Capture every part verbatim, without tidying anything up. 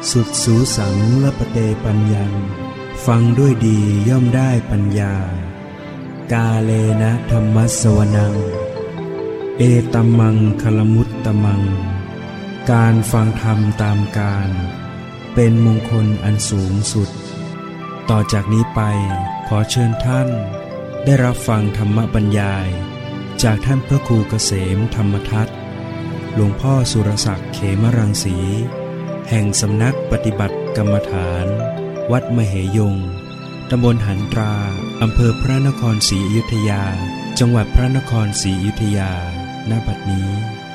สุดสูสังละปะเตปัญญังฟังด้วยดีย่อมได้ปัญญากาเลนะธัมมัสสวนังเอตัมมังคลมุตตมังการฟังธรรมตามกาลเป็นมงคลอันสูงสุดต่อจากนี้ไปขอเชิญท่านได้รับฟังธรรมบรรยายจากท่านพระครูเกษมธรรมทัศน์หลวงพ่อสุรศักดิ์เขมรังสีแห่งสำนักปฏิบัติกรรมฐานวัดมเหยงตำบลหันตราอำเภอพระนครศรีอยุธยาจังหวัดพระนครศรีอยุธยาณ บัดนี้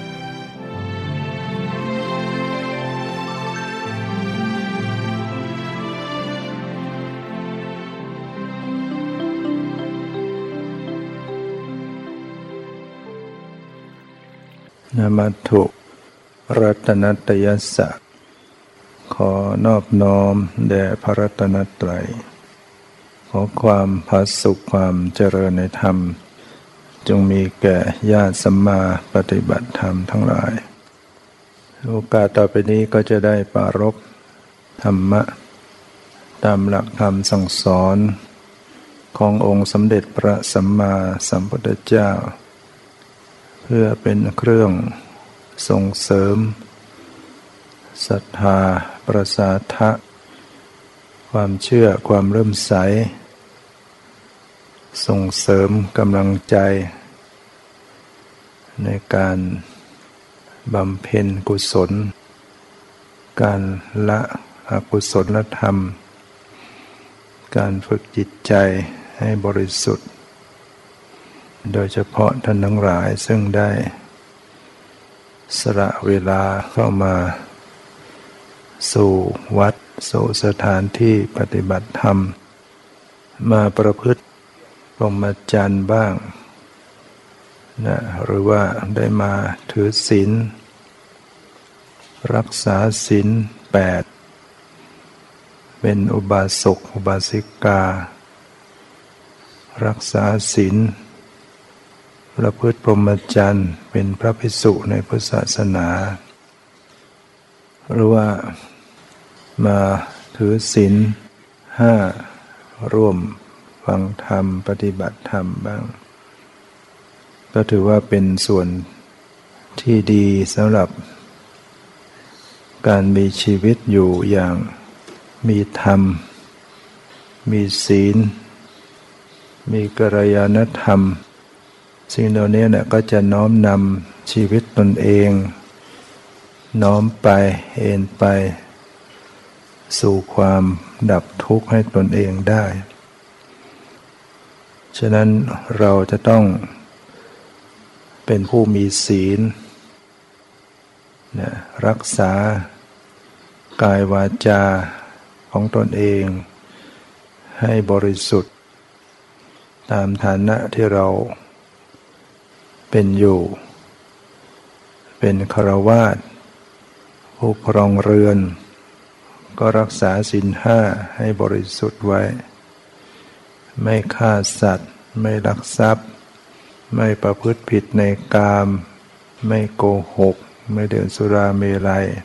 นะมัตถุรัตนัตยัสสะขอนอบน้อมแด่พระรัตนตรัยขอความผาสุกความเจริญในธรรมจงมีแก่ญาติสัมมาปฏิบัติธรรมทั้งหลายโอกาสต่อไปนี้ก็จะได้ปรารภธรรมะตามหลักธรรมสั่งสอนขององค์สมเด็จพระสัมมาสัมพุทธเจ้าเพื่อเป็นเครื่องส่งเสริมศรัทธาประสาทะความเชื่อความเริ่มใสส่งเสริมกำลังใจในการบำเพ็ญกุศลการละอกุศลธรรมการฝึกจิตใจให้บริสุทธิ์โดยเฉพาะท่านทั้งหลายซึ่งได้สละเวลาเข้ามาสู่วัดสู่สถานที่ปฏิบัติธรรมมาประพฤติพรหมจรรย์บ้างนะหรือว่าได้มาถือศีลรักษาศีลแปดเป็นอุบาสกอุบาสิการักษาศีลประพฤติพรหมจรรย์เป็นพระภิกษุในพุทธศาสนาหรือว่ามาถือศีลห้าร่วมฟังธรรมปฏิบัติธรรมบ้างก็ถือว่าเป็นส่วนที่ดีสำหรับการมีชีวิตอยู่อย่างมีธรรมมีศีลมีกัลยาณธรรมสิ่งเหล่านี้เนี่ยก็จะน้อมนำชีวิตตนเองน้อมไปเอนไปสู่ความดับทุกข์ให้ตนเองได้ฉะนั้นเราจะต้องเป็นผู้มีศีลนะรักษากายวาจาของตนเองให้บริสุทธิ์ตามฐานะที่เราเป็นอยู่เป็นฆราวาสผู้ครองเรือนก็รักษาศีลห้าให้บริสุทธิ์ไว้ไม่ฆ่าสัตว์ไม่ลักทรัพย์ไม่ประพฤติผิดในกามไม่โกหกไม่ดื่มสุราเมลัย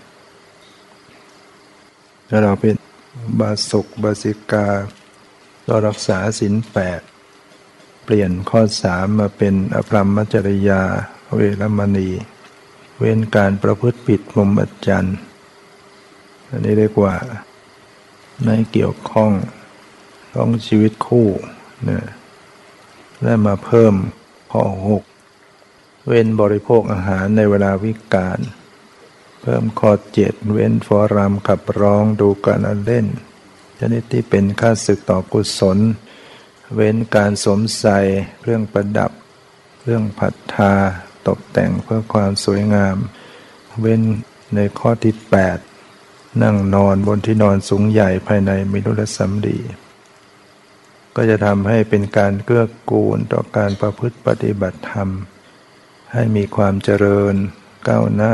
ถ้าเราเป็นบาสกบาสิกาก็รักษาศีลแปดเปลี่ยนข้อสามมาเป็นอภรรมจริยาเวรมณีเว้นการประพฤติผิดพรหมจรรย์อันนี้เรียกว่าไม่เกี่ยวข้องของชีวิตคู่เนี่ยและมาเพิ่มข้อหกเว้นบริโภคอาหารในเวลาวิกาลเพิ่มข้อเจ็ดเว้นฟ้อนรำขับร้องดูการเล่นชนิดที่เป็นข้าศึกต่อกุศลเว้นการสวมใส่เครื่องประดับเครื่องผัดทาตกแต่งเพื่อความสวยงามเว้นในข้อที่แปดนั่งนอนบนที่นอนสูงใหญ่ภายในมิถุลสัมดีก็จะทำให้เป็นการเกื้อกูลต่อการประพฤติปฏิบัติธรรมให้มีความเจริญก้าวหน้า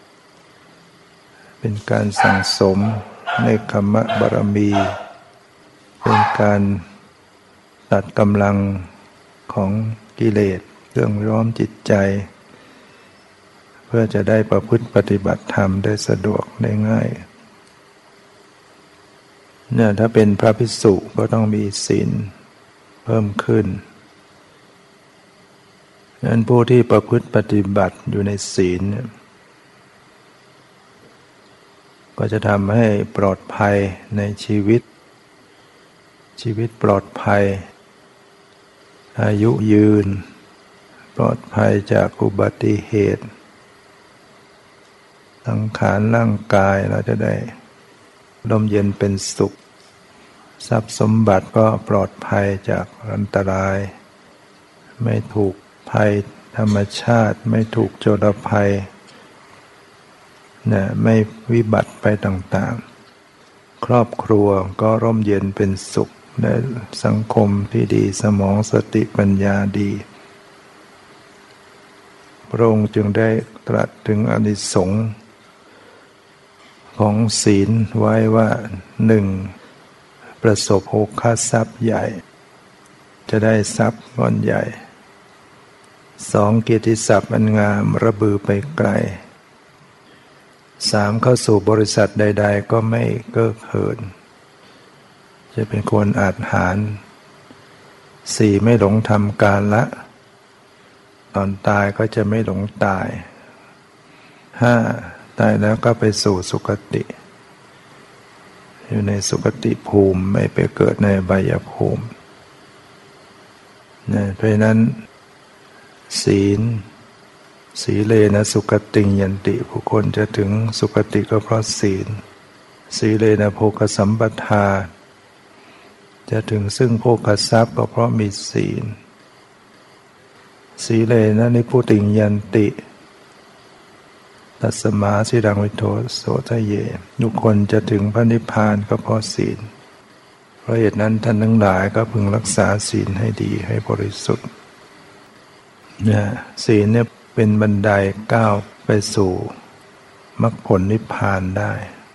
เป็นการสั่งสมในคัมมะบารมีเป็นการตัดกำลังของกิเลสเครื่องร้อมจิตใจ เพื่อจะได้ประพฤติปฏิบัติธรรมได้สะดวกได้ง่ายเนี่ยถ้าเป็นพระภิกษุก็ต้องมีศีลเพิ่มขึ้นดังนั้นผู้ที่ประพฤติปฏิบัติอยู่ในศีลเนี่ยก็จะทำให้ปลอดภัยในชีวิตชีวิตปลอดภัยอายุยืนปลอดภัยจากอุบัติเหตุสังขารร่างกายเราจะได้ร่มเย็นเป็นสุขทรัพย์สมบัติก็ปลอดภัยจากอันตรายไม่ถูกภัยธรรมชาติไม่ถูกโจรภัยนะไม่วิบัติไปต่างๆครอบครัวก็ร่มเย็นเป็นสุขและสังคมที่ดีสมองสติปัญญาดีพระองค์จึงได้ตรัสถึงอานิสงส์ของศีลไว้ว่าหนึ่งประสบโภคทรัพย์ใหญ่จะได้ทรัพย์ก้อนใหญ่สองเกียรติศัพท์อันงามระบือไปไกลสามเข้าสู่บริษัทใดๆก็ไม่เก้อเขินจะเป็นคนอาจหาญสี่ไม่หลงทำกาละตอนตายก็จะไม่หลงตายห้าตายแล้วก็ไปสู่สุคติอยู่ในสุคติภูมิไม่ไปเกิดในอบายภูมินะเพราะนั้นศีลสีเลนะสุคติยันติผู้คนจะถึงสุคติก็เพราะศีลสีเลนะโภคสัมปทาจะถึงซึ่งโภคทรัพย์ก็เพราะมีศีลสีเลนะนิพพุติยันติตัสมาสิรังวิโทโสทะเยทุกคนจะถึงพระนิพพานก็เพราะศีลเพราะเหตุนั้นท่านทั้งหลายก็พึงรักษาศีลให้ดีให้บริสุทธิ์เนี่ยศีลเนี่ยเป็นบันไดก้าวไปสู่มรรคผลนิพพานได้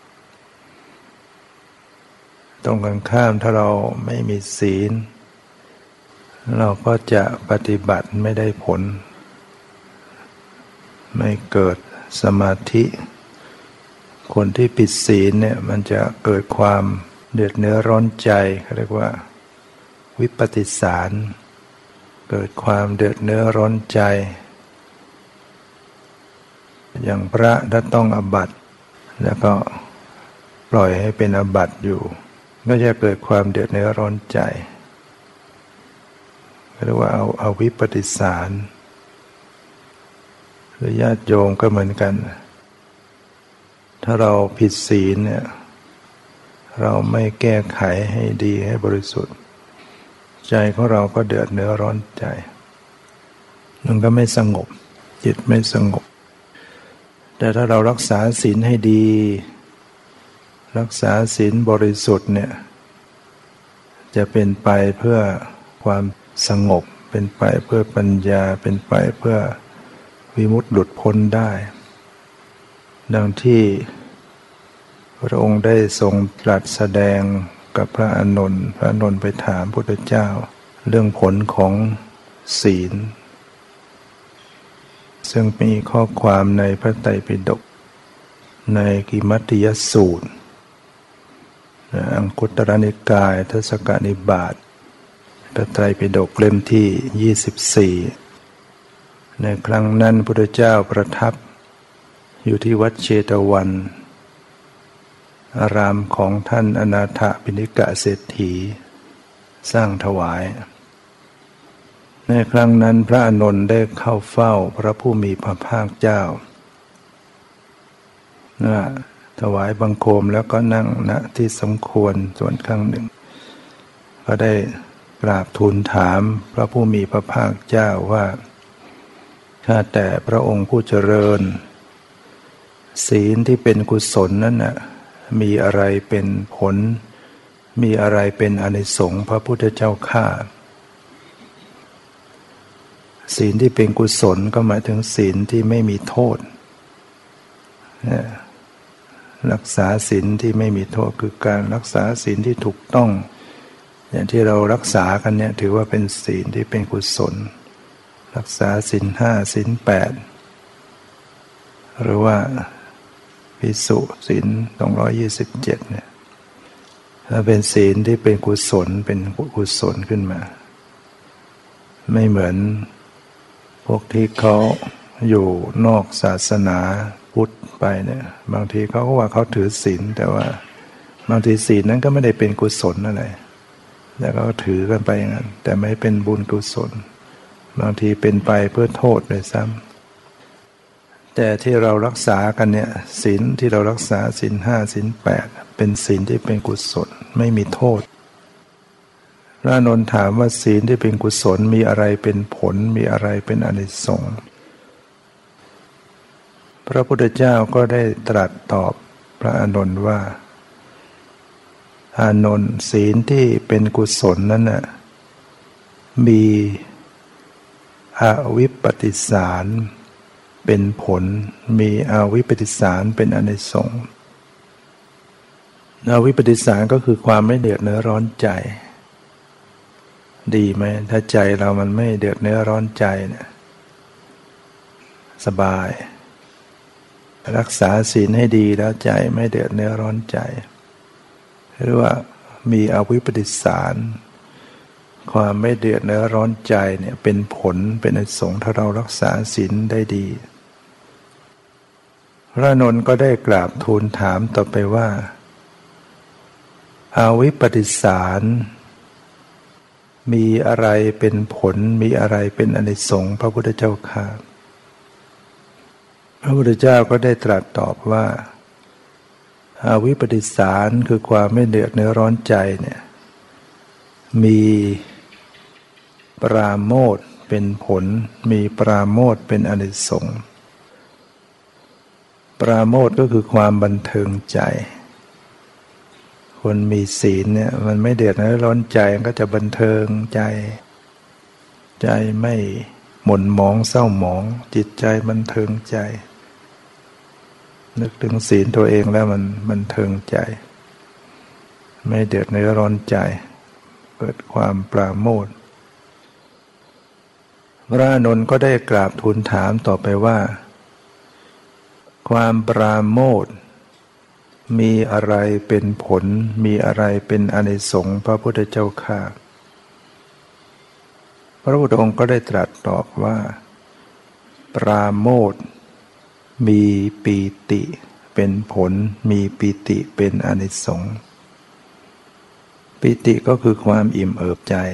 ตรงกันข้ามถ้าเราไม่มีศีลเราก็จะปฏิบัติไม่ได้ผลไม่เกิดสมาธิคนที่ผิดศีลเนี่ยมันจะเกิดความเดือดเนื้อร้อนใจเขาเรียกว่าวิปฏิสารเกิดความเดือดเนื้อร้อนใจอย่างพระถ้าต้องอาบัติแล้วก็ปล่อยให้เป็นอาบัติอยู่ก็จะเกิดความเดือดเนื้อร้อนใจเรียกว่าเอาเอาวิปฏิสารหรือญาติโยมก็เหมือนกันถ้าเราผิดศีลเนี่ยเราไม่แก้ไขให้ดีให้บริสุทธิ์ใจของเราก็เดือดเนื้อร้อนใจมันก็ไม่สงบจิตไม่สงบแต่ถ้าเรารักษาศีลให้ดีรักษาศีลบริสุทธิ์เนี่ยจะเป็นไปเพื่อความสงบเป็นไปเพื่อปัญญาเป็นไปเพื่อวิมุตติหลุดพ้นได้ดังที่พระองค์ได้ทรงตรัสแสดงกับพระอานนท์พระอานนท์ไปถามพระพุทธเจ้าเรื่องผลของศีลซึ่งมีข้อความในพระไตรปิฎกในกิมัตติยสูตรอังคุตตรนิกายทศกนิบาตพระไตรปิฎกเล่มที่ยี่สิบสี่ในครั้งนั้นพระพุทธเจ้าประทับอยู่ที่วัดเชตวันอารามของท่านอนาถปิณกเศรษฐีสร้างถวายในครั้งนั้นพระอานนท์ได้เข้าเฝ้าพระผู้มีพระภาคเจ้าถวายบังคมแล้วก็นั่งณที่สมควรส่วนข้างหนึ่งก็ได้กราบทูลถามพระผู้มีพระภาคเจ้าว่าข้าแต่พระองค์ผู้เจริญศีลที่เป็นกุศลนั้นน่ะมีอะไรเป็นผลมีอะไรเป็นอานิสงส์พระพุทธเจ้าข้าศีลที่เป็นกุศลก็หมายถึงศีลที่ไม่มีโทษรักษาศีลที่ไม่มีโทษคือการรักษาศีลที่ถูกต้องอย่างที่เรารักษากันเนี่ยถือว่าเป็นศีลที่เป็นกุศลรักษาศีลห้าศีลแปดหรือว่าภิกษุศีลสองร้อยยี่สิบเจ็ดเนี่ยถ้าเป็นศีลที่เป็นกุศลเป็นกุศลขึ้นมาไม่เหมือนพวกที่เขาอยู่นอกศาสนาพุทธไปเนี่ยบางทีเขาก็ว่าเขาถือศีลแต่ว่าบางทีศีลนั้นก็ไม่ได้เป็นกุศลอะไรแล้วก็ถือกันไปอย่างนั้นแต่ไม่เป็นบุญกุศลบางทีเป็นไปเพื่อโทษเลยซ้ำแต่ที่เรารักษากันเนี่ยศีลที่เรารักษาศีลห้าศีลแปดเป็นศีลที่เป็นกุศลไม่มีโทษพระอานนท์ถามว่าศีลที่เป็นกุศลมีอะไรเป็นผลมีอะไรเป็นอานิสงส์พระพุทธเจ้าก็ได้ตรัสตอบพระอานนท์ว่าอานนท์ศีลที่เป็นกุศลนั้นน่ะมีอวิปปิติสารเป็นผลมีอวิปปิติสารเป็นอานิสงส์อวิปปิติสารก็คือความไม่เดือดเนื้อร้อนใจดีไหมถ้าใจเรามันไม่เดือดเนื้อร้อนใจเนี่ยสบายรักษาศีลให้ดีแล้วใจไม่เดือดเนื้อร้อนใจหรือว่ามีอวิปปิติสารความไม่เดือดเนื้อร้อนใจเนี่ยเป็นผลเป็นอานิสงส์ถ้าเรารักษาศีลได้ดีพระอานนท์ก็ได้กราบทูลถามต่อไปว่าอวิปปิติสารมีอะไรเป็นผลมีอะไรเป็นอานิสงส์พระพุทธเจ้าข้าพระพุทธเจ้าก็ได้ตรัสตอบว่าอวิปปิติสารคือความไม่เดือดเนื้อร้อนใจเนี่ยมีปราโมทย์เป็นผลมีปราโมทย์เป็นอานิสงส์ปราโมทย์ก็คือความบันเทิงใจคนมีศีลเนี่ยมันไม่เดือดร้อนใจมันก็จะบันเทิงใจใจไม่หม่นหมองเศร้าหมองจิตใจบันเทิงใจนึกถึงศีลตัวเองแล้วมันบันเทิงใจไม่เดือดร้อนใจเกิดความปราโมทย์พระอานนท์ก็ได้กราบทูลถามต่อไปว่าความปราโมทย์มีอะไรเป็นผลมีอะไรเป็นอานิสงส์พระพุทธเจ้าข้าพระพุทธองค์ก็ได้ตรัสตอบว่าปราโมทย์มีปีติเป็นผลมีปีติเป็นอานิสงส์ปีติก็คือความอิ่มเอิบใจ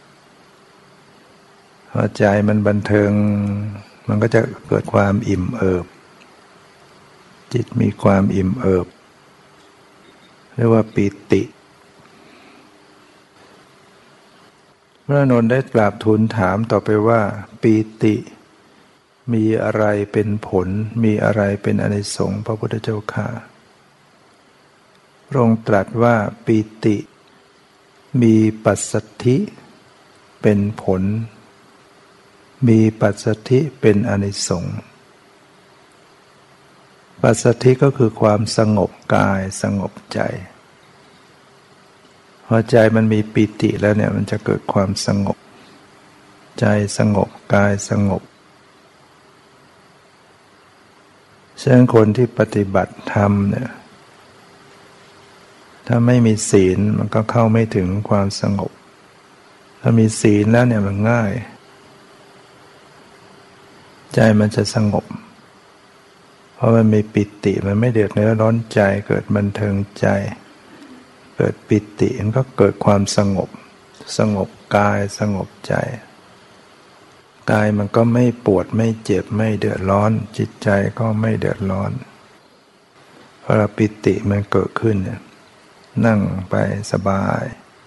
พอใจมันบันเทิงมันก็จะเกิดความอิ่มเอิบจิตมีความอิ่มเอิบเรียกว่าปีติพระอานนท์ได้กราบทูลถามต่อไปว่าปีติมีอะไรเป็นผลมีอะไรเป็นอานิสงส์พระพุทธเจ้าข้าพระองค์ตรัสว่าปีติมีปัสสัทธิเป็นผลมีปัสสัทธิเป็นอานิสงส์ปัสสัทธิก็คือความสงบกายสงบใจพอใจมันมีปีติแล้วเนี่ยมันจะเกิดความสงบใจสงบกายสงบฉะนั้นคนที่ปฏิบัติธรรมเนี่ยถ้าไม่มีศีลมันก็เข้าไม่ถึงความสงบถ้ามีศีลแล้วเนี่ยมันง่ายใจมันจะสงบเพราะมันมีปิติมันไม่เดือดเนื้อร้อนใจเกิดบันเทิงใจเกิดปิติมันก็เกิดความสงบสงบกายสงบใจกายมันก็ไม่ปวดไม่เจ็บไม่เดือดร้อนจิตใจก็ไม่เดือดร้อนพอปิติมันเกิดขึ้นเนี่ยนั่งไปสบาย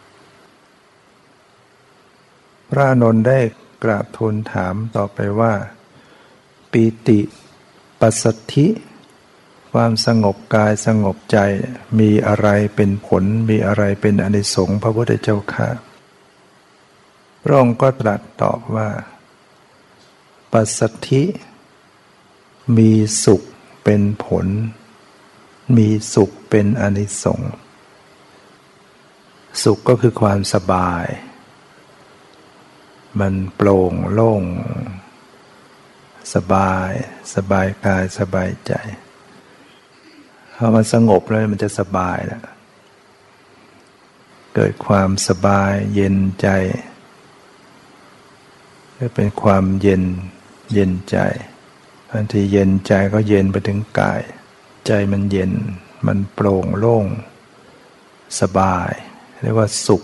พระอานนท์ได้กราบทูลถามต่อไปว่าปีติปัสสัทธิความสงบกายสงบใจมีอะไรเป็นผลมีอะไรเป็นอานิสงส์พระพุทธเจ้าข้าพระองค์ก็ตรัสตอบว่าปัสสัทธิมีสุขเป็นผลมีสุขเป็นอานิสงส์สุขก็คือความสบายมันโปร่งโล่งสบายสบายกายสบายใจพอมันสงบแล้วมันจะสบายแล้วเกิดความสบายเย็นใจก็เป็นความเย็นเย็นใจบางทีเย็นใจก็เย็นไปถึงกายใจมันเย็นมันโปร่งโล่งสบายเรียกว่าสุข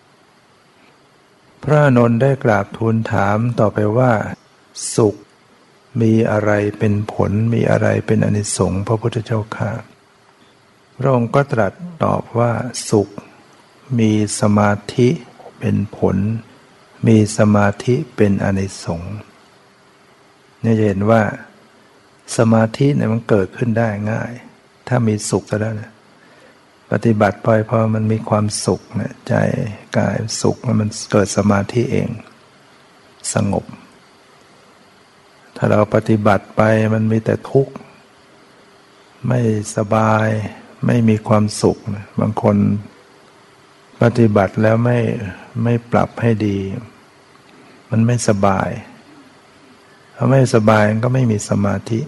พระอานนท์ได้กราบทูลถามต่อไปว่าสุขมีอะไรเป็นผลมีอะไรเป็นอานิสงส์พระพุทธเจ้าค่ะพระองค์ก็ตรัสตอบว่าสุขมีสมาธิเป็นผลมีสมาธิเป็นอานิสงส์เนี่ยจะเห็นว่าสมาธิเนี่ยมันเกิดขึ้นได้ง่ายถ้ามีสุขแล้วนะปฏิบัติไปพอมันมีความสุขเนี่ยใจกายสุขมันเกิดสมาธิเองสงบถ้าเราปฏิบัติไปมันมีแต่ทุกข์ไม่สบายไม่มีความสุขนะบางคนปฏิบัติแล้วไม่ไม่ปรับให้ดีมันไม่สบายถ้าไม่สบายก็ไม่มีสมาธิ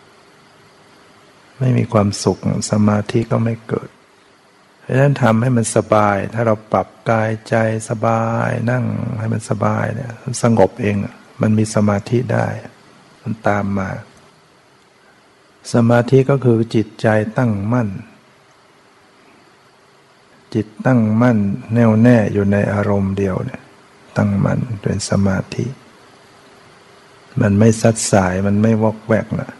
ไม่มีความสุขสมาธิก็ไม่เกิดเพราะฉะนั้นทำให้มันสบายถ้าเราปรับกายใจสบายนั่งให้มันสบายเนี่ยสงบเองมันมีสมาธิได้มันตามมาสมาธิก็คือจิตใจตั้งมั่นจิตตั้งมั่นแน่วแน่อยู่ในอารมณ์เดียวเนี่ยตั้งมั่นเป็นสมาธิมันไม่ซัดสายมันไม่วอกแวกนะ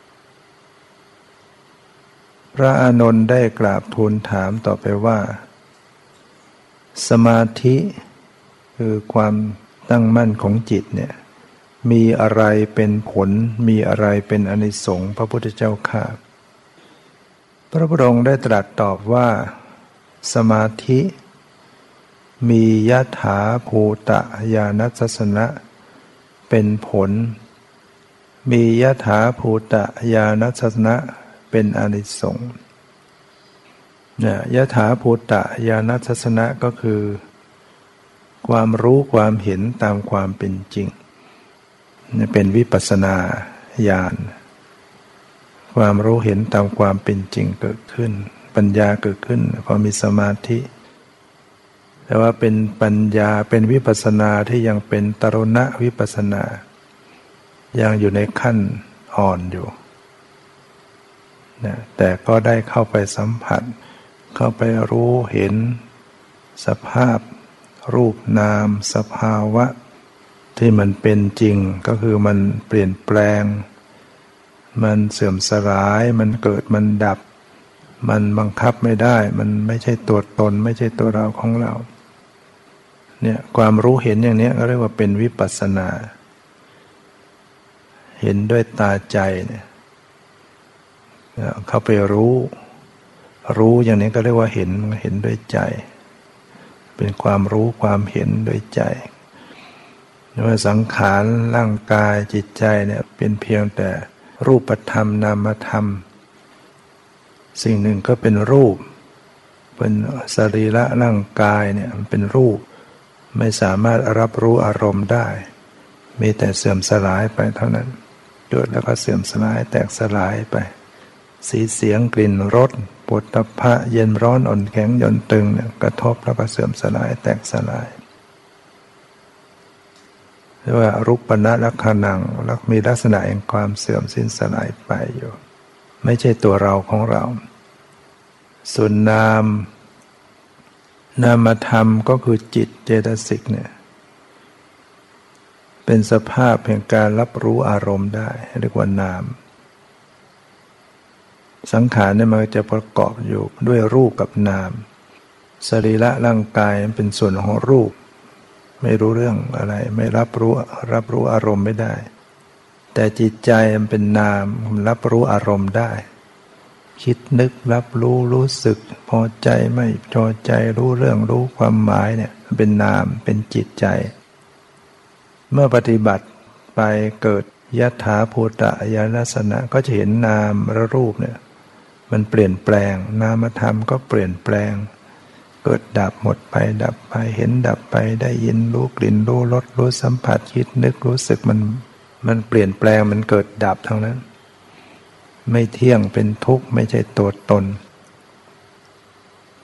พระอานนท์ได้กราบทูลถามต่อไปว่าสมาธิคือความตั้งมั่นของจิตเนี่ยมีอะไรเป็นผลมีอะไรเป็นอานิสงส์พระพุทธเจ้าข้าพระพุทธองค์ได้ตรัสตอบว่าสมาธิมียถาภูตญาณทัสสนะเป็นผลมียถาภูตญาณทัสสนะเป็นอานิสงส์เนี่ยยถาภูตญาณทัสสนะก็คือความรู้ความเห็นตามความเป็นจริงนี่เป็นวิปัสสนาญาณความรู้เห็นตามความเป็นจริงเกิดขึ้นปัญญาเกิดขึ้นพอมีสมาธิแต่ว่าเป็นปัญญาเป็นวิปัสสนาที่ยังเป็นตรุณวิปัสสนายังอยู่ในขั้นอ่อนอยู่นะแต่ก็ได้เข้าไปสัมผัสเข้าไปรู้เห็นสภาพรูปนามสภาวะที่มันเป็นจริงก็คือมันเปลี่ยนแปลงมันเสื่อมสลายมันเกิดมันดับมันบังคับไม่ได้มันไม่ใช่ตัวตนไม่ใช่ตัวเราของเราเนี่ยความรู้เห็นอย่างนี้ก็เรียกว่าเป็นวิปัสสนาเห็นด้วยตาใจเนี่ยเข้าไปรู้รู้อย่างนี้ก็เรียกว่าเห็นเห็นด้วยใจเป็นความรู้ความเห็นด้วยใจว่าสังขารร่างกายจิตใจเนี่ยเป็นเพียงแต่รูปธรรมนามธรรมสิ่งหนึ่งก็เป็นรูปเป็นสรีระร่างกายเนี่ยมันเป็นรูปไม่สามารถรับรู้อารมณ์ได้มีแต่เสื่อมสลายไปเท่านั้นเกิดแล้วก็เสื่อมสลายแตกสลายไปสีเสียงกลิ่นรสโผฏฐัพพะเย็นร้อนอ่อนแข็งหย่อนตึงเนี่ยกระทบแล้วก็เสื่อมสลายแตกสลายเรียกว่ารูปนะลักขณังแล้วมีลักษณะแห่งความเสื่อมสิ้นสลายไปอยู่ไม่ใช่ตัวเราของเราส่วนนามนามธรรมก็คือจิตเจตสิกเนี่ยเป็นสภาพแห่งการรับรู้อารมณ์ได้เรียกว่านามสังขารเนี่ยมันจะประกอบอยู่ด้วยรูปกับนามสรีระร่างกายเป็นส่วนของรูปไม่รู้เรื่องอะไรไม่รับรู้รับรู้อารมณ์ไม่ได้แต่จิตใจมันเป็นนามมันรับรู้อารมณ์ได้คิดนึกรับรู้รู้สึกพอใจไม่พอใจรู้เรื่องรู้ความหมายเนี่ยมันเป็นนามเป็นจิตใจเมื่อปฏิบัติไปเกิดยถาภูตญาณทัสสนะก็จะเห็นนามและรูปเนี่ยมันเปลี่ยนแปลงนามธรรมก็เปลี่ยนแปลงเกิดดับหมดไปดับไปเห็นดับไปได้ยินรู้กลิ่นรู้รสรู้สัมผัสคิดนึกรู้สึกมันมันเปลี่ยนแปลงมันเกิดดับทั้งนั้นไม่เที่ยงเป็นทุกข์ไม่ใช่ตัวตน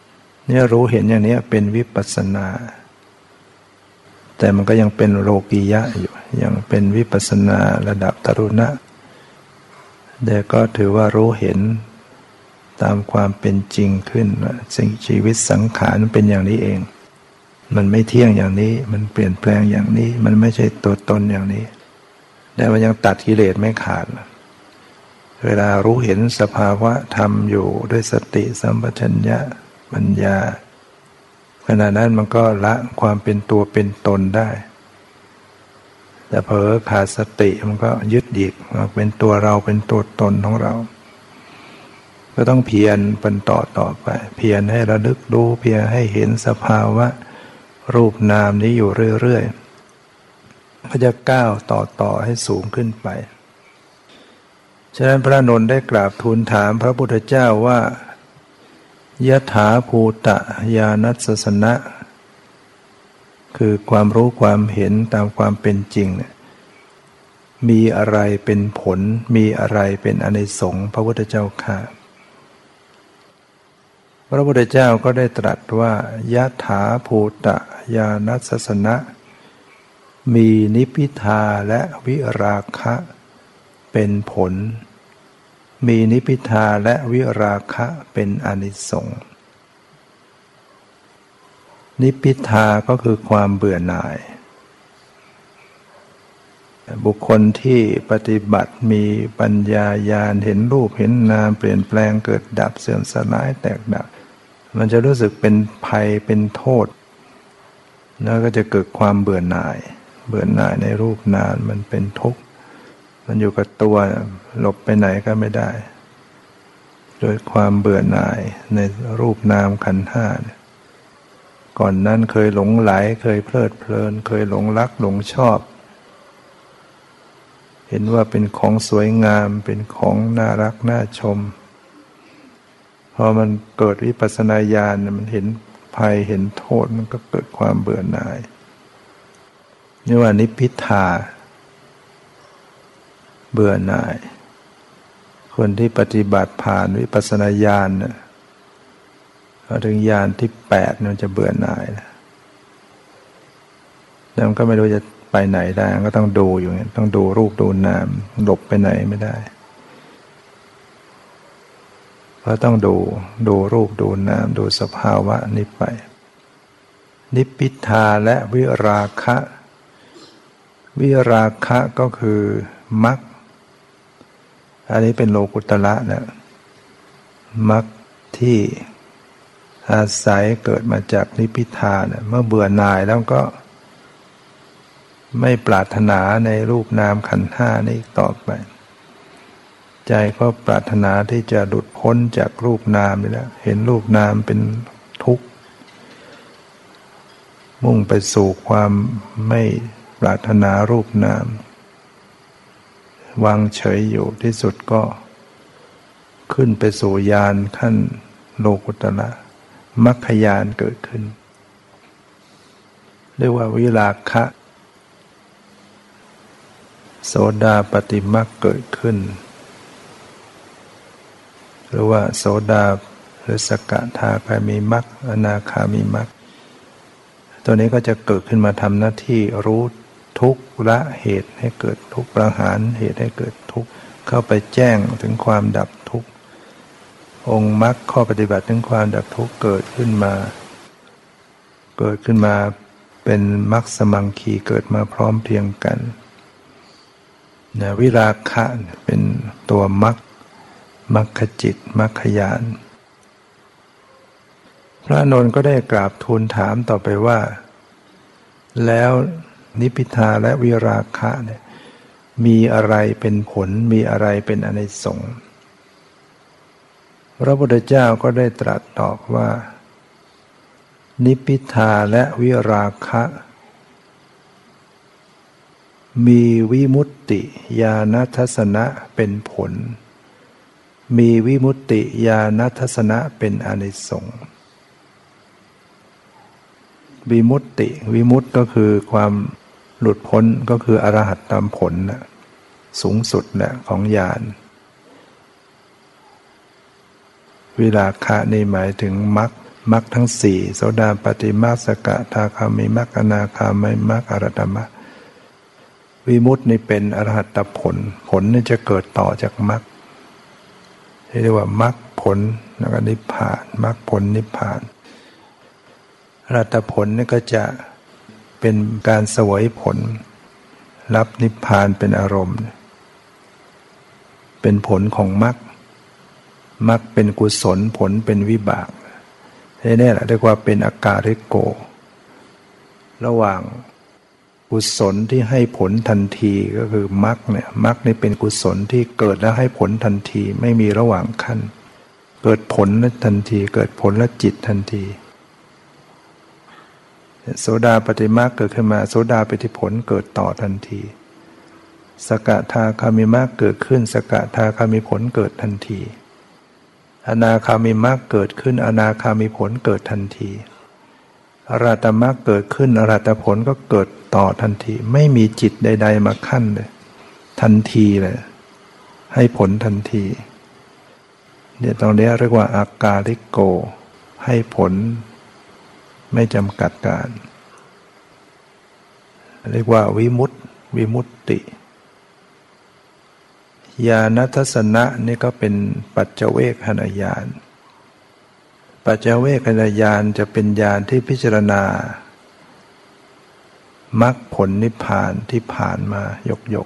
เนี่ยรู้เห็นอย่างนี้เป็นวิปัสสนาแต่มันก็ยังเป็นโลกียะอยู่ยังเป็นวิปัสสนาระดับตรุณะแต่ก็ถือว่ารู้เห็นตามความเป็นจริงขึ้นว่าสิ่งชีวิตสังขารมันเป็นอย่างนี้เองมันไม่เที่ยงอย่างนี้มันเปลี่ยนแปลงอย่างนี้มันไม่ใช่ตัวตนอย่างนี้แต่มันยังตัดกิเลสไม่ขาดเวลารู้เห็นสภาวะธรรมอยู่ด้วยสติสัมปชัญญะปัญญาขณะนั้นมันก็ละความเป็นตัวเป็นตนได้แต่เผลอขาดสติมันก็ยึดอีกว่าเป็นตัวเราเป็นตัวตนของเราก็ต้องเพียรเป็นต่อต่อไปเพียรให้ระลึกรู้เพียรให้เห็นสภาวะรูปนามนี้อยู่เรื่อยๆก็จะก้าวต่อต่อให้สูงขึ้นไปฉะนั้นพระนนท์ได้กราบทูลถามพระพุทธเจ้าว่ายถาภูตญาณัสสนะคือความรู้ความเห็นตามความเป็นจริงเนี่ยมีอะไรเป็นผลมีอะไรเป็นอานิสงส์พระพุทธเจ้าข้าพระพุทธเจ้าก็ได้ตรัสว่ายถาภูตญาณัสสนะมีนิพพิทาและวิราคะเป็นผลมีนิพพิทาและวิราคะเป็นอานิสงส์นิพพิทาก็คือความเบื่อหน่ายบุคคลที่ปฏิบัติมีปัญญาญาณเห็นรูปเห็นนามเปลี่ยนแปลงเกิดดับเสื่อมสลายแตกดับมันจะรู้สึกเป็นภัยเป็นโทษแล้วก็จะเกิดความเบื่อหน่ายเบื่อหน่ายในรูปนามมันเป็นทุกข์มันอยู่กับตัวหลบไปไหนก็ไม่ได้โดยความเบื่อหน่ายในรูปนามขันธ์ห้าเนี่ยก่อนนั้นเคยหลงไหลเคยเพลิดเพลินเคยหลงรักหลงชอบเห็นว่าเป็นของสวยงามเป็นของน่ารักน่าชมพอมันเกิดวิปัสสนาญาณมันเห็นภัยเห็นโทษมันก็เกิดความเบื่อหน่ายนี่ว่านิพพิทาเบื่อหน่ายคนที่ปฏิบัติผ่านวิปัสสนาญาณเนี่ยพอถึงญาณที่แปดมันจะเบื่อหน่ายแล้วแล้วมันก็ไม่รู้จะไปไหนได้ก็ต้องดูอยู่อย่างนี้ต้องดูรูปดูนามหลบไปไหนไม่ได้เพราะต้องดูดูรูปดูนามดูสภาวะนี้ไปนิพพิทาและวิราคะวิราคะก็คือมรรคอันนี้เป็นโลกุตระนะมรรคที่อาศัยเกิดมาจากนิพพิทาเนี่ยเมื่อเบื่อหน่ายแล้วก็ไม่ปรารถนาในรูปนามขันธ์ห้านี้ต่อไปใจก็ปรารถนาที่จะหลุดพ้นจากรูปนามนี่แหละเห็นรูปนามเป็นทุกข์มุ่งไปสู่ความไม่ปรารถนารูปนามวางเฉยอยู่ที่สุดก็ขึ้นไปสู่ญาณขั้นโลกุตระมรรคญาณเกิดขึ้นเรียกว่าวิราคะโสดาปัตติมรรคเกิดขึ้นหรือว่าโสดาหรือสกทาคามีมรรคอนาคามีมรรคตัวนี้ก็จะเกิดขึ้นมาทำหน้าที่รู้ทุกข์ละเหตุให้เกิดทุกข์ประหารเหตุให้เกิดทุกข์เข้าไปแจ้งถึงความดับทุกข์องค์มรรคข้อปฏิบัติถึงความดับทุกข์เกิดขึ้นมาเกิดขึ้นมาเป็นมรรคสมังคีเกิดมาพร้อมเพรียงกันนะวิราคะเป็นตัวมรรคมรรคจิตมรรคญาณพระอานนท์ก็ได้กราบทูลถามต่อไปว่าแล้วนิพพิทาและวิราคะเนี่ยมีอะไรเป็นผลมีอะไรเป็นอานิสงส์พระพุทธเจ้าก็ได้ตรัสตอบว่านิพพิทาและวิราคะมีวิมุตติญาณทัสสนะเป็นผลมีวิมุตติญาณทัสสนะเป็นอานิสงส์วิมุตติวิมุตติก็คือความหลุดพ้นก็คืออรหัตตผลนะสูงสุดนะของญาณวิราคะนี่หมายถึงมรรคมรรคทั้งสี่โสดาปัตติมรรคสกทาคามิมรรคอนาคามิมรรคอรหัตมรรควิมุตตินี่เป็นอรหัตผลผลนี่จะเกิดต่อจากมรรคเรียกว่ามรรคผลแล้วก็นิพพานมรรคผลนิพพานอรหัตผลนี่ก็จะเป็นการเสวยผลรับนิพพานเป็นอารมณ์เป็นผลของมรรคมรรคเป็นกุศลผลเป็นวิบากนี่แหละเรียกว่าเป็นอากาลิโกระหว่างกุศลที่ให้ผลทันทีก็คือมรรคเนี่ยมรรคนี่เป็นกุศลที่เกิดแล้วให้ผลทันทีไม่มีระหว่างขั้นเกิดผลแล้วทันทีเกิดผลแล้วจิตทันทีโสดาปัตติมรรคเกิดขึ้นมาโสดาปัตติผลเกิดต่อทันทีสกทาคามิมรรคเกิดขึ้นสกทาคามิผลเกิดทันทีอนาคามิมรรคเกิดขึ้นอนาคามิผลเกิดทันทีอรหัตมรรคเกิดขึ้นอรหัตผลก็เกิดต่อทันทีไม่มีจิตใดๆมาขั้นเลยทันทีเลยให้ผลทันทีเนี่ยตรงนี้เรียกว่าอากาลิโกให้ผลไม่จำกัดการเรียกว่าวิมุตติวิมุตติญาณทัสสนะนี่ก็เป็นปัจเจเวคขณญาณปัจเจเวคขณญาณจะเป็นญาณที่พิจารณามรรคผลนิพพานที่ผ่านมายกยก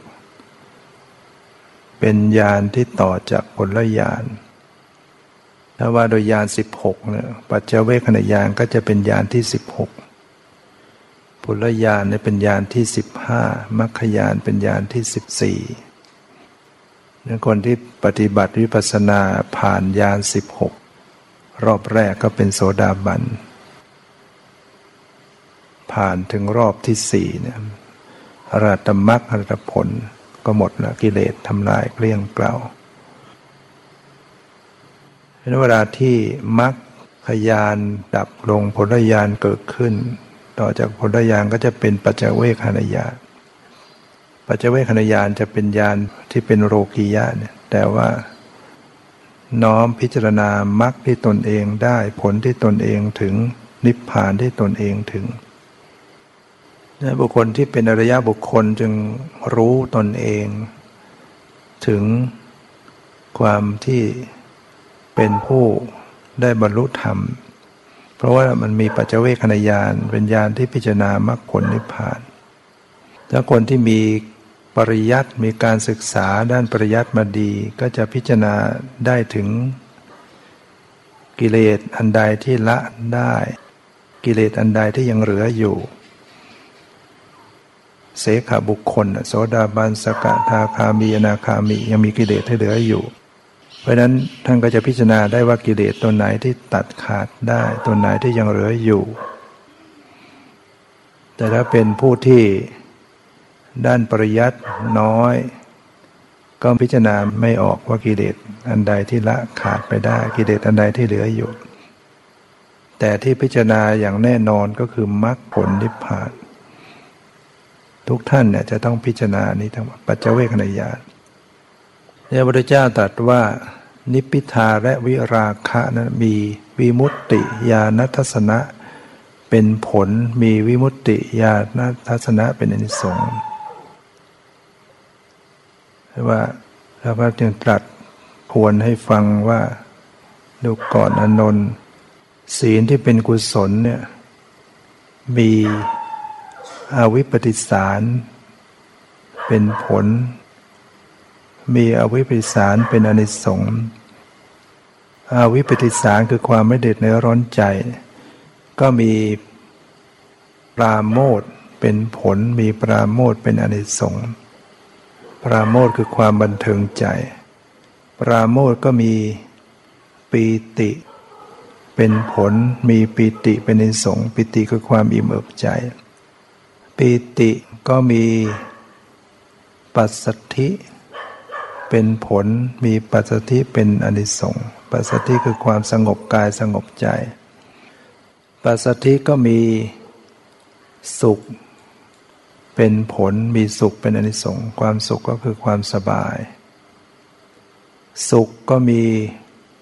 เป็นญาณที่ต่อจากผลญาณถ้าว่าโดยญาณสิบหกเนี่ยปัจเจเวคขณญาณก็จะเป็นญาณที่สิบหกผลญาณเนี่ยเป็นญาณที่สิบห้ามรรคญาณเป็นญาณที่สิบสี่คนที่ปฏิบัติวิปัสสนาผ่านญาณสิบหกรอบแรกก็เป็นโสดาบันผ่านถึงรอบที่สี่เนี่ยอรหัตมรรคอรหัตผลก็หมดละกิเลสทำลายเกลี้ยงเกลาในเวลาที่มรรคญาณดับลงผลญาณเกิดขึ้นต่อจากผลญาณก็จะเป็นปัจเจเวคขณญาณปัจเจเวคขณญาณจะเป็นญาณที่เป็นโลกียะเนี่ยแต่ว่าน้อมพิจารณามรรคที่ตนเองได้ผลที่ตนเองถึงนิพพานที่ตนเองถึงบุคคลที่เป็นอริยบุคคลจึงรู้ตนเองถึงความที่เป็นผู้ได้บรรลุธรรมเพราะว่ามันมีปัจเจเวคขณญาณเป็นญาณที่พิจารณามรรคผลนิพพานถ้าคนที่มีปริยัติมีการศึกษาด้านปริยัติมาดีก็จะพิจารณาได้ถึงกิเลสอันใดที่ละได้กิเลสอันใดที่ยังเหลืออยู่เสขบุคคลโสดาบันสกทาคามีอนาคามียังมีกิเลสที่เหลืออยู่เพราะฉะนั้นท่านก็จะพิจารณาได้ว่ากิเลสตัวไหนที่ตัดขาดได้ตัวไหนที่ยังเหลืออยู่แต่ถ้าเป็นผู้ที่ด้านปริยัติน้อยก็พิจารณาไม่ออกว่ากิเลสอันใดที่ละขาดไปได้กิเลสอันใดที่เหลืออยู่แต่ที่พิจารณาอย่างแน่นอนก็คือมรรคผลนิพพานทุกท่านเนี่ยจะต้องพิจารณานี้ทั้งปัจเจเวคขณญาณพระพุทธเจ้าตรัสว่านิพพิทาและวิราคะนั้นมีวิมุตติญาณทัสสนะเป็นผลมีวิมุตติญาณทัสสนะเป็นอานิสงส์ว่าพระพุทธเจ้าตรัสควรให้ฟังว่าดูก่อนอานนท์ศีลที่เป็นกุศลเนี่ยมีอวิปปิสารเป็นผลมีอวิปปิสารเป็นอานิสงส์อวิปปิสารคือความไม่เด็ดเนื้อร้อนใจก็มีปราโมทย์เป็นผลมีปราโมทย์เป็นอานิสงส์ปราโมทย์คือความบันเทิงใจปราโมทย์ก็มีปีติเป็นผลมีปีติเป็นอานิสงส์ปีติคือความอิ่มเอิบใจปีติก็มีปัสสัทธิเป็นผลมีปัสสัทธิเป็นอานิสงส์ปัสสัทธิคือความสงบกายสงบใจปัสสัทธิก็มีสุขเป็นผลมีสุขเป็นอานิสงส์ความสุขก็คือความสบายสุขก็มี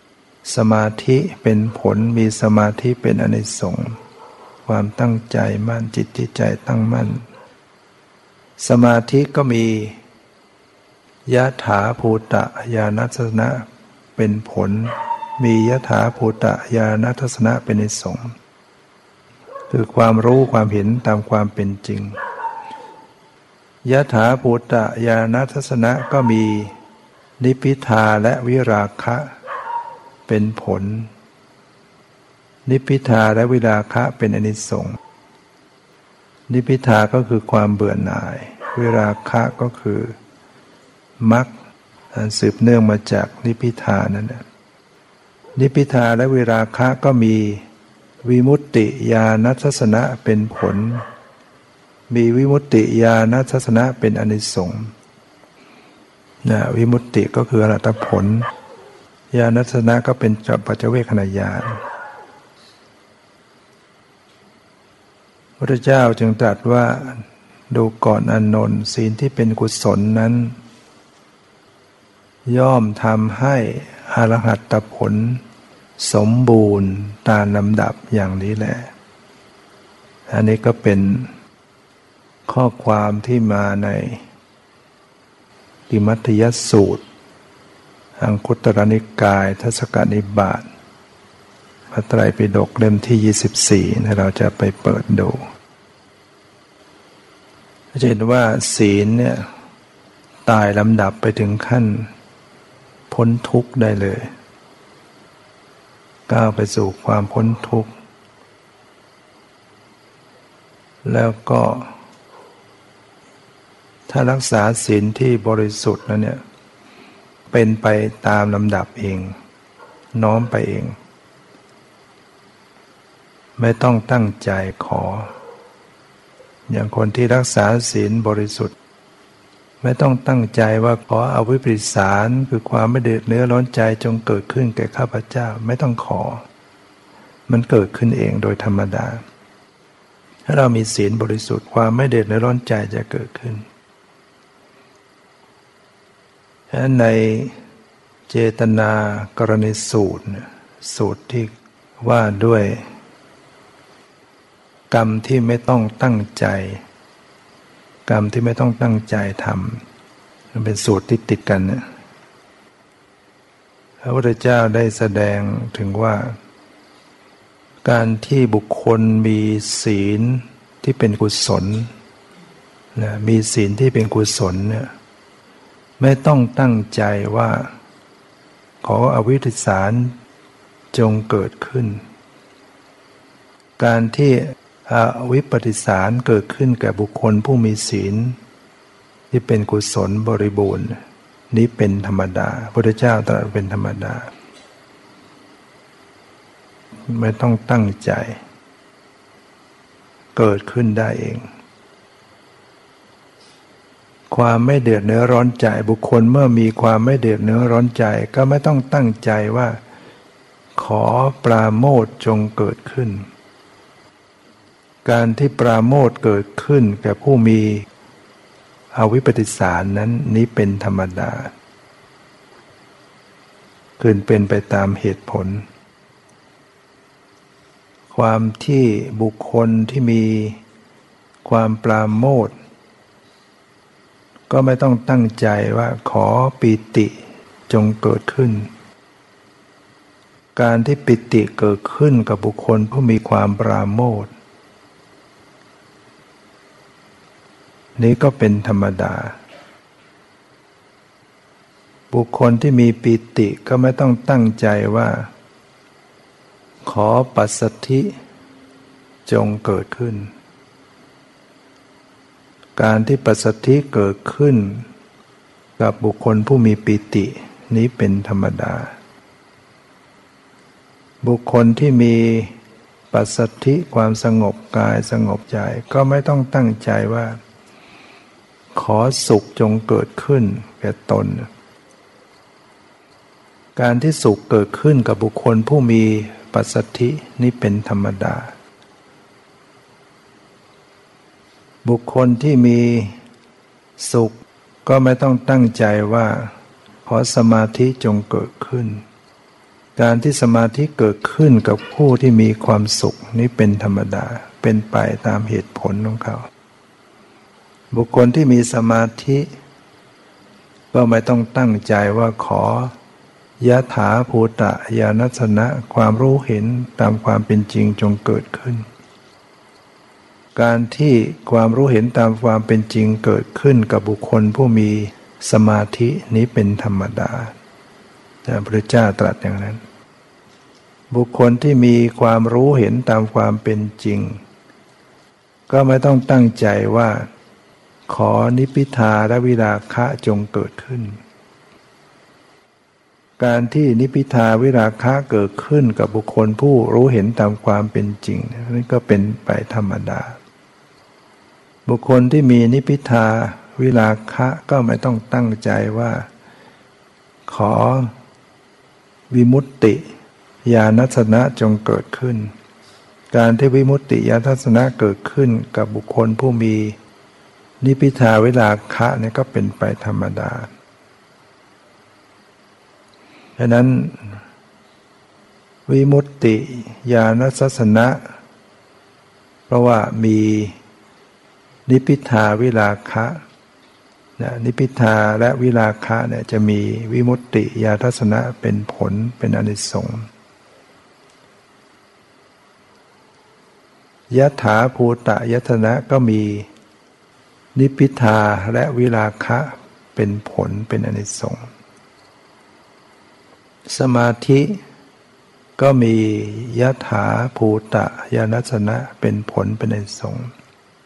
สมาธิเป็นผลมีสมาธิเป็นอานิสงส์ความตั้งใจมั่นจิตที่ใจตั้งมั่นสมาธิก็มียถาภูตญาณทัศนะเป็นผลมียถาภูตญาณทัศนะเป็นอานิสงส์คือความรู้ความเห็นตามความเป็นจริงยถาภูตญาณทัศนะก็มีนิพพิทาและวิราคะเป็นผลนิพพิทาและวิราคะเป็นอานิสงส์นิพพิทาก็คือความเบื่อหน่ายวิราคะก็คือมรรคอันสืบเนื่องมาจากนิพพิทานั่นแหละนิพพิทาและวิราคะก็มีวิมุตติญาณทัศนะเป็นผลมีวิมุตติญาณทัศนะเป็นอานิสงส์นะวิมุตติก็คืออรหัตผลญาณทัศนะก็เป็นปัจเจเวคขณญาณพระพุทธเจ้าจึงตรัสว่าดูก่อนอานนท์ศีลที่เป็นกุศลนั้นย่อมทำให้อรหัตผลสมบูรณ์ตามลำดับอย่างนี้แหละอันนี้ก็เป็นข้อความที่มาในติมัตถยสูตรอังคุตรนิกายทศกนิบาตพระไตรปิฎกเล่มที่ยี่สิบสี่เราจะไปเปิดดูจะเห็นว่าศีลเนี่ยตายลำดับไปถึงขั้นพ้นทุกข์ได้เลยก้าวไปสู่ความพ้นทุกข์แล้วก็ถ้ารักษาศีลที่บริสุทธิ์นั้นเนี่ยเป็นไปตามลำดับเองน้อมไปเองไม่ต้องตั้งใจขออย่างคนที่รักษาศีลบริสุทธิ์ไม่ต้องตั้งใจว่าขออวิปปิสารคือความไม่เดือดเนื้อร้อนใจจงเกิดขึ้นแก่ข้าพเจ้าไม่ต้องขอมันเกิดขึ้นเองโดยธรรมดาถ้าเรามีศีลบริสุทธิ์ความไม่เดือดเนื้อร้อนใจจะเกิดขึ้นฉะนั้นในเจตนากรณีสูตรสูตรที่ว่าด้วยกรรมที่ไม่ต้องตั้งใจกรรมที่ไม่ต้องตั้งใจทำมันเป็นสูตรที่ติดกันนะพระพุทธเจ้าได้แสดงถึงว่าการที่บุคคลมีศีลที่เป็นกุศลนะมีศีลที่เป็นกุศลเนี่ยไม่ต้องตั้งใจว่าขออวิปปิสารจงเกิดขึ้นการที่อวิปปิสารเกิดขึ้นแก่บุคคลผู้มีศีลที่เป็นกุศลบริบูรณ์นี้เป็นธรรมดาพระพุทธเจ้าตรัสเป็นธรรมดาไม่ต้องตั้งใจเกิดขึ้นได้เองความไม่เดือดเนื้อร้อนใจบุคคลเมื่อมีความไม่เดือดเนื้อร้อนใจก็ไม่ต้องตั้งใจว่าขอปราโมทย์จงเกิดขึ้นการที่ปราโมทย์เกิดขึ้นแก่ผู้มีอวิปปิสารนั้นนี้เป็นธรรมดาคือเป็นไปตามเหตุผลความที่บุคคลที่มีความปราโมทย์ก็ไม่ต้องตั้งใจว่าขอปิติจงเกิดขึ้นการที่ปิติเกิดขึ้นกับบุคคลผู้มีความปราโมทย์นี้ก็เป็นธรรมดาบุคคลที่มีปิติก็ไม่ต้องตั้งใจว่าขอปัสสัทธิจงเกิดขึ้นการที่ปัสสัทธิเกิดขึ้นกับบุคคลผู้มีปิตินี้เป็นธรรมดาบุคคลที่มีปัสสัทธิความสงบกายสงบใจก็ไม่ต้องตั้งใจว่าขอสุขจงเกิดขึ้นแก่ตนการที่สุขเกิดขึ้นกับบุคคลผู้มีปัสสัทธินี้เป็นธรรมดาบุคคลที่มีสุขก็ไม่ต้องตั้งใจว่าขอสมาธิจงเกิดขึ้นการที่สมาธิเกิดขึ้นกับผู้ที่มีความสุขนี้เป็นธรรมดาเป็นไปตามเหตุผลของเขาบุคคลที่มีสมาธิก็ไม่ต้องตั้งใจว่าขอยะถาภูตะญาณทัศนะความรู้เห็นตามความเป็นจริงจงเกิดขึ้นการที่ความรู้เห็นตามความเป็นจริงเกิดขึ้นกับบุคคลผู้มีสมาธินี้เป็นธรรมดาพระพุทธเจ้าตรัสอย่างนั้นบุคคลที่มีความรู้เห็นตามความเป็นจริงก็ไม่ต้องตั้งใจว่าขอนิพพิทาและวิราคะจงเกิดขึ้นการที่นิพพิทาวิราคะเกิดขึ้นกับบุคคลผู้รู้เห็นตามความเป็นจริงนั่นก็เป็นไปธรรมดาบุคคลที่มีนิพพิทาวิราคะก็ไม่ต้องตั้งใจว่าขอวิมุตติญาณทัศนะจงเกิดขึ้นการที่วิมุตติญาณทัศนะเกิดขึ้นกับบุคคลผู้มีนิพพิทาวิราคะเนี่ยก็เป็นไปธรรมดาฉะนั้นวิมุตติญาณทัศนะเพราะว่ามีนิพพิทาวิราคะนะนิพพิทาและวิราคะเนี่ยจะมีวิมุตติญาณทัศนะเป็นผลเป็นอานิสงส์ยถาภูตะยตนะก็มีนิพพิทาและวิราคะเป็นผลเป็นอานิสงส์สมาธิก็มียถาภูตะญาณทัศนะเป็นผลเป็นอานิสงส์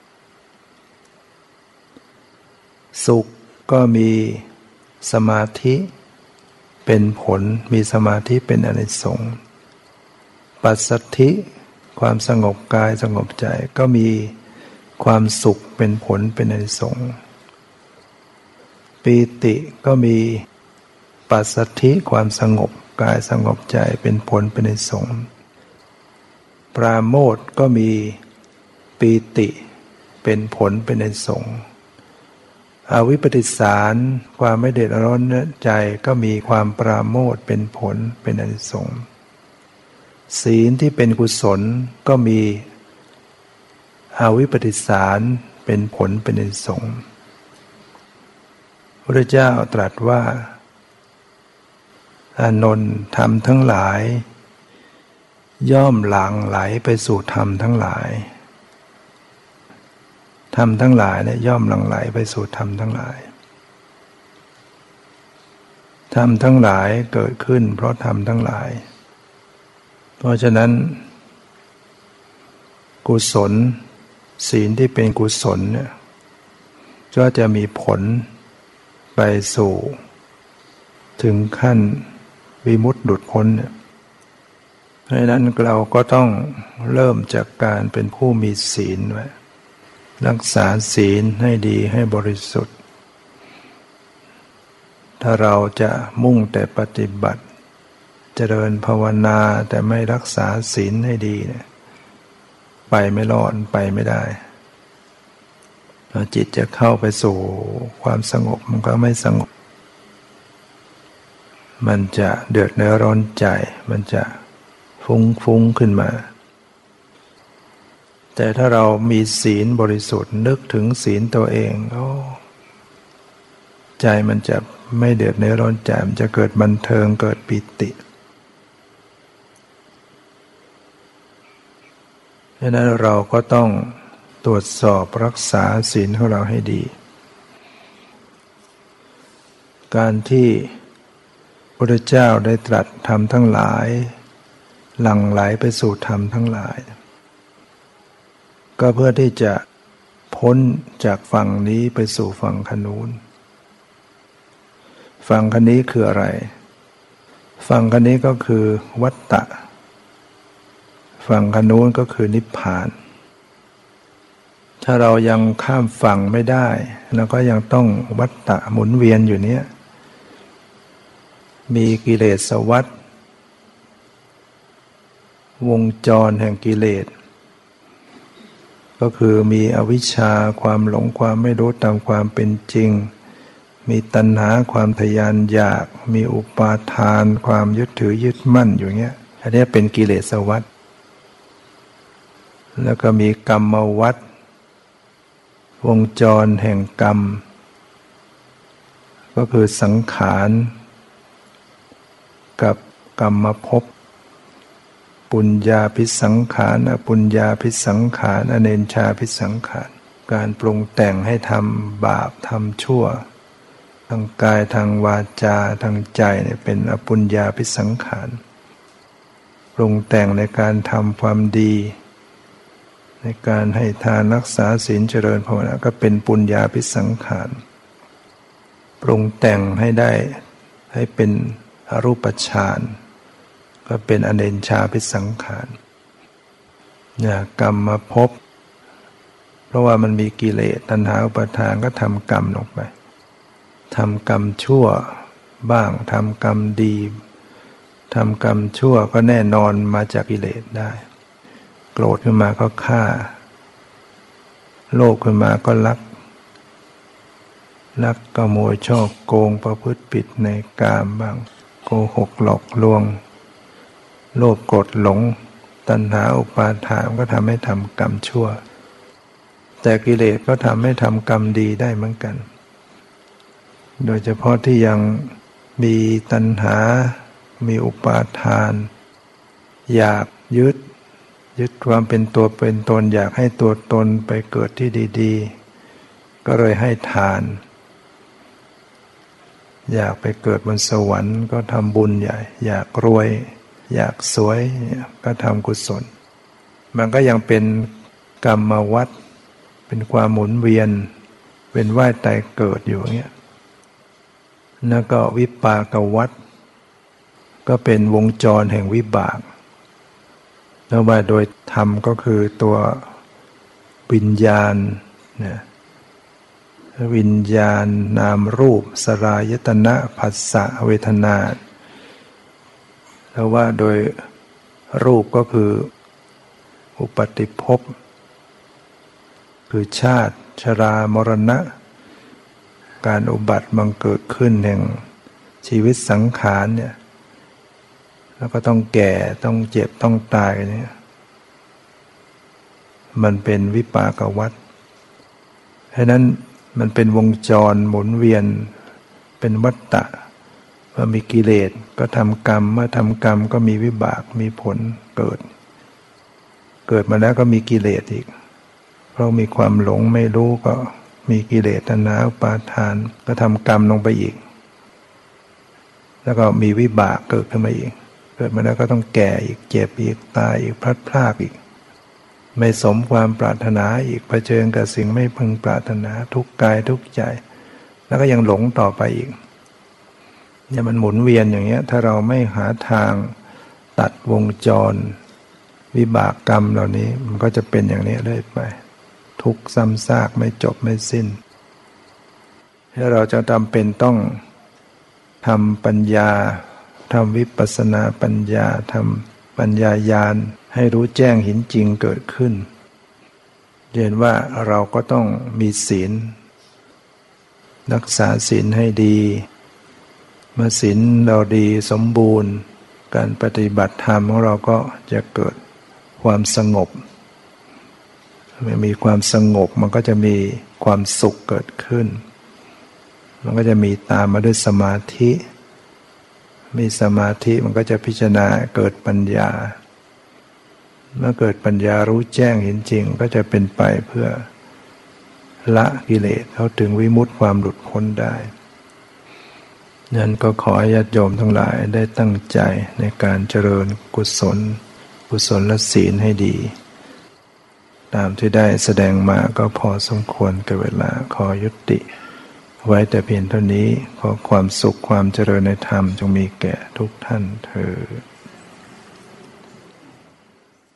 สุขก็มีสมาธิเป็นผลมีสมาธิเป็นอานิสงส์ปัสสัทธิความสงบกายสงบใจก็มีความสุขเป็นผลเป็นอานิสงส์ปีติก็มีปัสสัทธิความสงบกายสงบใจเป็นผลเป็นอานิสงส์ปราโมทย์ก็มีปีติเป็นผลเป็นอานิสงส์อวิปปิสารความไม่เดือดร้อนใจก็มีความปราโมทย์เป็นผลเป็นอานิสงส์ศีลที่เป็นกุศลก็มีอวิปปิสารเป็นผลเป็นอานิสงส์พระเจ้าตรัสว่าอานนท์ธรรมทั้งหลายย่อมหลั่งไหลไปสู่ธรรมทั้งหลายธรรมทั้งหลายเนี่ยย่อมหลั่งไหลไปสู่ธรรมทั้งหลายธรรมทั้งหลายเกิดขึ้นเพราะธรรมทั้งหลายเพราะฉะนั้นกุศลศีลที่เป็นกุศลเนี่ยก็จะมีผลไปสู่ถึงขั้นวิมุตติหลุดพ้นเนี่ยเพราะฉะนั้นเราก็ต้องเริ่มจากการเป็นผู้มีศีลไว้รักษาศีลให้ดีให้บริสุทธิ์ถ้าเราจะมุ่งแต่ปฏิบัติเจริญภาวนาแต่ไม่รักษาศีลให้ดีเนี่ยไปไม่รอดไปไม่ได้จิตจะเข้าไปสู่ความสงบมันก็ไม่สงบมันจะเดือดเนื้อร้อนใจมันจะฟุ้งฟุ้งขึ้นมาแต่ถ้าเรามีศีลบริสุทธิ์นึกถึงศีลตัวเองโอ้ใจมันจะไม่เดือดเนื้อร้อนใจมันจะเกิดบันเทิงเกิดปิติเพราะนั้นเราก็ต้องตรวจสอบรักษาศีลของเราให้ดีการที่พระพุทธเจ้าได้ตรัสธรรมทั้งหลายหลั่งไหลไปสู่ธรรมทั้งหลายก็เพื่อที่จะพ้นจากฝั่งนี้ไปสู่ฝั่งขนู้นฝั่งคันนี้คืออะไรฝั่งคันนี้ก็คือวัฏฏะฝั่งขนู้นก็คือนิพพานถ้าเรายังข้ามฝั่งไม่ได้เราก็ยังต้องวัฏฏะหมุนเวียนอยู่เนี้ยมีกิเลสวัฏวงจรแห่งกิเลสก็คือมีอวิชชาความหลงความไม่รู้ตามความเป็นจริงมีตัณหาความทยานอยากมีอุปาทานความยึดถือยึดมั่นอยู่เงี้ยอันนี้เป็นกิเลสวัฏแล้วก็มีกรรมวัฏวงจรแห่งกรรมก็คือสังขารกับกรรมภพปุญญาภิสังขารอปุญญาภิสังขารอเนญชาภิสังขารการปรุงแต่งให้ทำบาปทำชั่วทางกายทางวาจาทางใจเนี่ยเป็นอปุญญาภิสังขารปรุงแต่งในการทำความดีในการให้ทานรักษาศีลเจริญภาวนาก็เป็นปุญญาภิสังขารปรุงแต่งให้ได้ให้เป็นอรูปฌานก็เป็นอเนญชาภิสังขารเนี่ยกรรมภพเพราะว่ามันมีกิเลสตัณหาอุปาทานก็ทำกรรมลงไปทำกรรมชั่วบ้างทำกรรมดีทำกรรมชั่วก็แน่นอนมาจากกิเลสได้โกรธขึ้นมาก็ฆ่าโลภขึ้นมาก็ลักลักขโมยช่อโกงประพฤติผิดในกามบ้างโกหกหลอกลวงโลภโกรธหลงตัณหาอุปาทานก็ทำให้ทำกรรมชั่วแต่กิเลสก็ทำให้ทำกรรมดีได้เหมือนกันโดยเฉพาะที่ยังมีตัณหามีอุปาทานอยากยึดยึดความเป็นตัวเป็นตนอยากให้ตัวตนไปเกิดที่ดีๆก็เลยให้ทานอยากไปเกิดบนสวรรค์ก็ทำบุญใหญ่อยากรวยอยากสวยก็ทำกุศลมันก็ยังเป็นกรรมวัฏเป็นความหมุนเวียนเป็นว่ายตายเกิดอยู่อย่างเงี้ยแล้วก็วิปากวัฏก็เป็นวงจรแห่งวิบากแล้วว่าโดยธรรมก็คือตัววิญญาณเนี่ยวิญญาณนามรูปสลายตนะผัสสะเวทนาแล้วว่าโดยรูปก็คืออุปาติภพคือชาติชรามรณะการอุบัติบังเกิดขึ้นแห่งชีวิตสังขารเนี่ยแล้วก็ต้องแก่ต้องเจ็บต้องตายเนี่ยมันเป็นวิปากวัฏเพราะนั้นมันเป็นวงจรหมุนเวียนเป็นวัฏฏะเมื่อมีกิเลสก็ทำกรรมเมื่อทำกรรมก็มีวิบากมีผลเกิดเกิดมาแล้วก็มีกิเลสอีกเพราะมีความหลงไม่รู้ก็มีกิเลสตัณหาอุปาทานก็ทำกรรมลงไปอีกแล้วก็มีวิบากเกิดขึ้นมาอีกเกิดมาแล้วก็ต้องแก่อีกเจ็บอีกตายอีกพลัดพรากอีกไม่สมความปรารถนาอีกเผชิญกับสิ่งไม่พึงปรารถนาทุกกายทุกใจแล้วก็ยังหลงต่อไปอีกเนี่ยมันหมุนเวียนอย่างเงี้ยถ้าเราไม่หาทางตัดวงจรวิบากกรรมเหล่านี้มันก็จะเป็นอย่างนี้เรื่อยไปทุกข์ซ้ำซากไม่จบไม่สิ้นถ้าเราจะจำเป็นต้องทำปัญญาทำวิปัสสนาปัญญาทำปัญญาญาณให้รู้แจ้งเห็นจริงเกิดขึ้นเห็นว่าเราก็ต้องมีศีลรักษาศีลให้ดีเมื่อศีลเราดีสมบูรณ์การปฏิบัติธรรมของเราก็จะเกิดความสงบเมื่อมีความสงบมันก็จะมีความสุขเกิดขึ้นมันก็จะมีตามมาด้วยสมาธิมีสมาธิมันก็จะพิจารณาเกิดปัญญาเมื่อเกิดปัญญารู้แจ้งเห็นจริงก็จะเป็นไปเพื่อละกิเลสเข้าถึงวิมุตติความหลุดพ้นได้นั้นก็ขอให้ญาติโยมทั้งหลายได้ตั้งใจในการเจริญกุศลกุศลศีลให้ดีตามที่ได้แสดงมาก็พอสมควรกับเวลาขอยุติไว้แต่เพียงเท่านี้ขอความสุขความเจริญในธรรมจงมีแก่ทุกท่านเทอญ